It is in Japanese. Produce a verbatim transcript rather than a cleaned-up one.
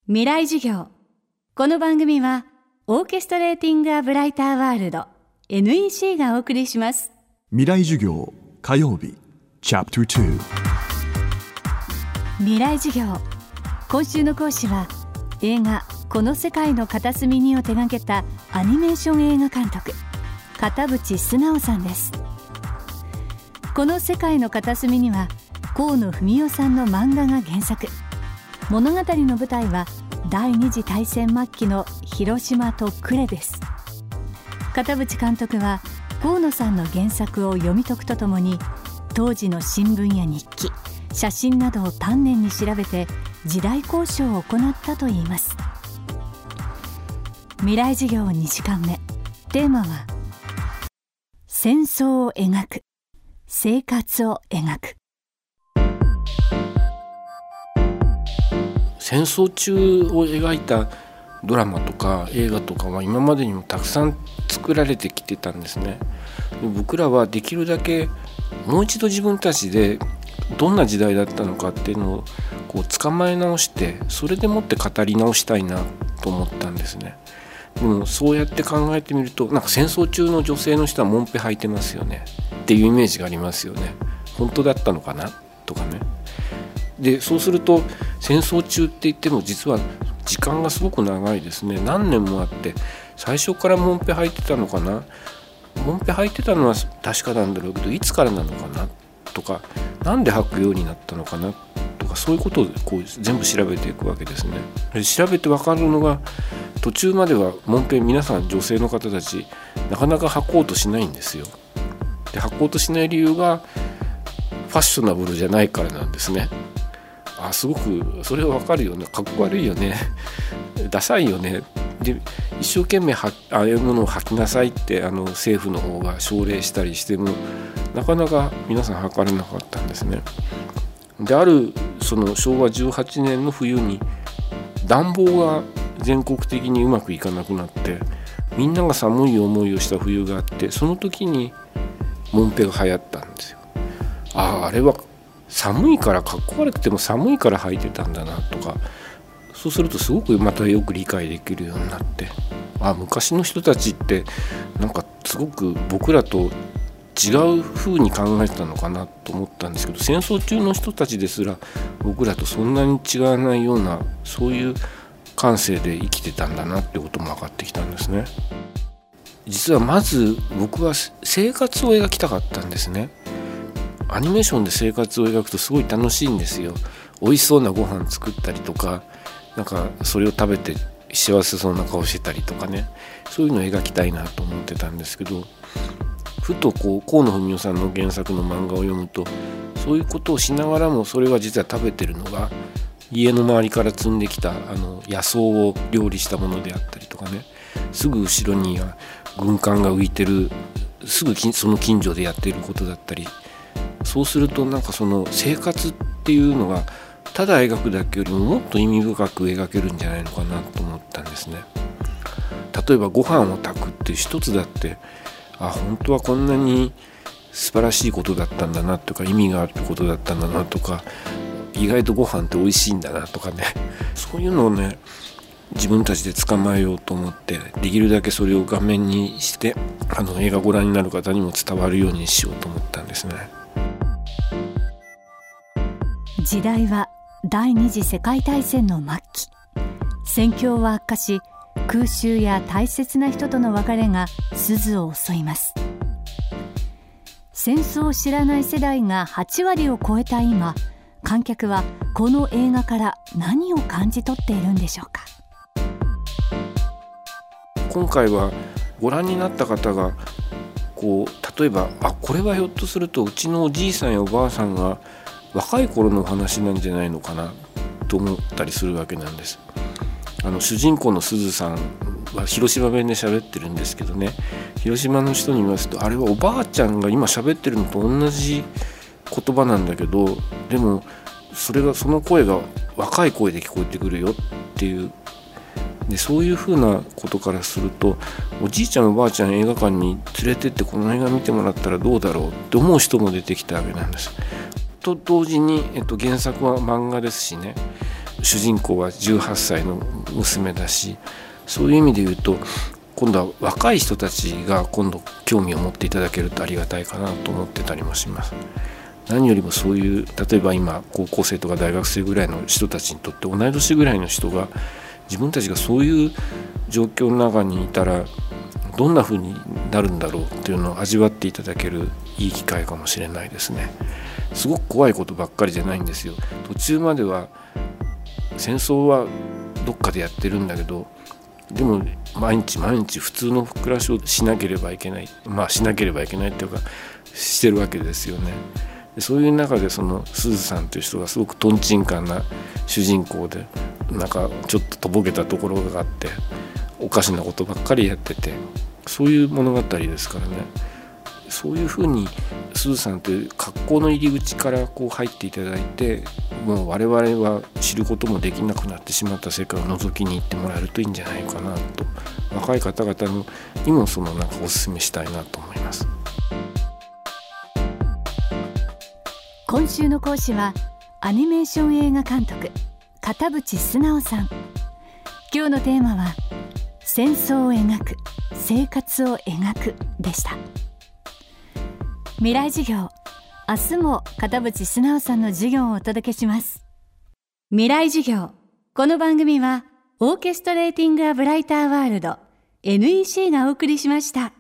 未来授業。この番組はオーケストレーティングアブライターワールド エヌイーシー がお送りします。 未来授業火曜日チャプターに。 未来授業。今週の講師は映画この世界の片隅にを手掛けたアニメーション映画監督片渕素直さんです。この世界の片隅には河野文雄さんの漫画が原作。物語の舞台は第二次大戦末期の広島と呉です。片渕監督は河野さんの原作を読み解くとともに、当時の新聞や日記、写真などを丹念に調べて時代考証を行ったといいます。未来授業にじかんめ、テーマは戦争を描く、生活を描く。 戦争中を描いたドラマとか映画とかは今までにもたくさん作られてきてたんですね。僕らはできるだけもう一度自分たちでどんな時代だったのかっていうのをこう捕まえ直して、それでもって語り直したいなと思ったんですね。でもそうやって考えてみると、なんか戦争中の女性の人はもんぺ履いてますよねっていうイメージがありますよね。本当だったのかなとかね。でそうすると戦争中って言っても実は時間がすごく長いですね。何年もあって、最初からもんぺ履いてたのかな、もんぺ履いてたのは確かなんだろうけど、いつからなのかなとか、なんで履くようになったのかなとか、そういうことをこう全部調べていくわけですね。で調べて分かるのが、途中まではもんぺ皆さん女性の方たちなかなか履こうとしないんですよ。で履こうとしない理由がファッショナブルじゃないからなんですね。あ、すごくそれは分かるよね、かっこ悪いよねダサいよね。で一生懸命はああいうものを履きなさいってあの政府の方が奨励したりしても、なかなか皆さん履かれなかったんですね。であるそのしょうわじゅうはちねんの冬に暖房が全国的にうまくいかなくなって、みんなが寒い思いをした冬があって、その時にもんぺが流行ったんですよ。ああ、あれは寒いからかっこ悪くても寒いから履いてたんだなとか、そうするとすごくまたよく理解できるようになって、あ、昔の人たちってなんかすごく僕らと違う風に考えてたのかなと思ったんですけど、戦争中の人たちですら僕らとそんなに違わないような、そういう感性で生きてたんだなってことも分かってきたんですね。実はまず僕は生活を描きたかったんですね。アニメーションで生活を描くとすごい楽しいんですよ。美味しそうなご飯作ったりとか、なんかそれを食べて幸せそうな顔してたりとかね、そういうのを描きたいなと思ってたんですけど、ふとこう河野文雄さんの原作の漫画を読むと、そういうことをしながらも、それは実は食べてるのが家の周りから積んできたあの野草を料理したものであったりとかね、すぐ後ろには軍艦が浮いてる、すぐその近所でやっていることだったり、そうするとなんかその生活っていうのがただ描くだけよりももっと意味深く描けるんじゃないのかなと思ったんですね。例えばご飯を炊くって一つだって、あ、本当はこんなに素晴らしいことだったんだなとか、意味があることだったんだなとか、意外とご飯って美味しいんだなとかね、そういうのをね自分たちで捕まえようと思って、できるだけそれを画面にしてあの映画ご覧になる方にも伝わるようにしようと思ったんですね。 時代は第二次世界大戦の末期。戦況は悪化し、空襲や大切な人との別れが鈴を襲います。戦争を知らない世代がはちわりを超えた今、観客はこの映画から何を感じ取っているんでしょうか。 今回はご覧になった方がこう例えば、あ、これはひょっとするとうちのおじいさんやおばあさんが若い頃のお話なんじゃないのかなと思ったりするわけなんです。あの主人公のすずさんは広島弁で喋ってるんですけどね、広島の人に言いますと、あれはおばあちゃんが今喋ってるのと同じ言葉なんだけど、でもそれがその声が若い声で聞こえてくるよっていう、でそういうふうなことからすると、おじいちゃんおばあちゃん映画館に連れてってこの映画見てもらったらどうだろうって思う人も出てきたわけなんです。と同時に、えっと、原作は漫画ですしね、 主人公はじゅうはっさいの娘だし、そういう意味で言うと今度は若い人たちが今度興味を持っていただけるとありがたいかなと思ってたりもします。何よりもそういう例えば今高校生とか大学生ぐらいの人たちにとって同い年ぐらいの人が自分たちがそういう状況の中にいたらどんな風になるんだろうっていうのを味わっていただけるいい機会かもしれないですね。すごく怖いことばっかりじゃないんですよ。途中までは戦争はどっかでやってるんだけど、でも毎日毎日普通の暮らしをしなければいけない、まあしなければいけないっていうかしてるわけですよね。そういう中でそのすずさんという人がすごくとんちんかんな主人公で、なんかちょっととぼけたところがあっておかしなことばっかりやってて、そういう物語ですからね。そういうふうにすずさんという格好の入り口からこう入っていただいて、もう我々は知ることもできなくなってしまった世界を覗きに行ってもらえるといいんじゃないかなと、若い方々にもそのなんかお勧めしたいなと思います。 今週の講師はアニメーション映画監督片渕素直さん。今日のテーマは戦争を描く、生活を描くでした。未来授業、明日も片渕素直さんの授業をお届けします。未来授業、この番組はオーケストレーティングアブライターワールド エヌイーシー がお送りしました。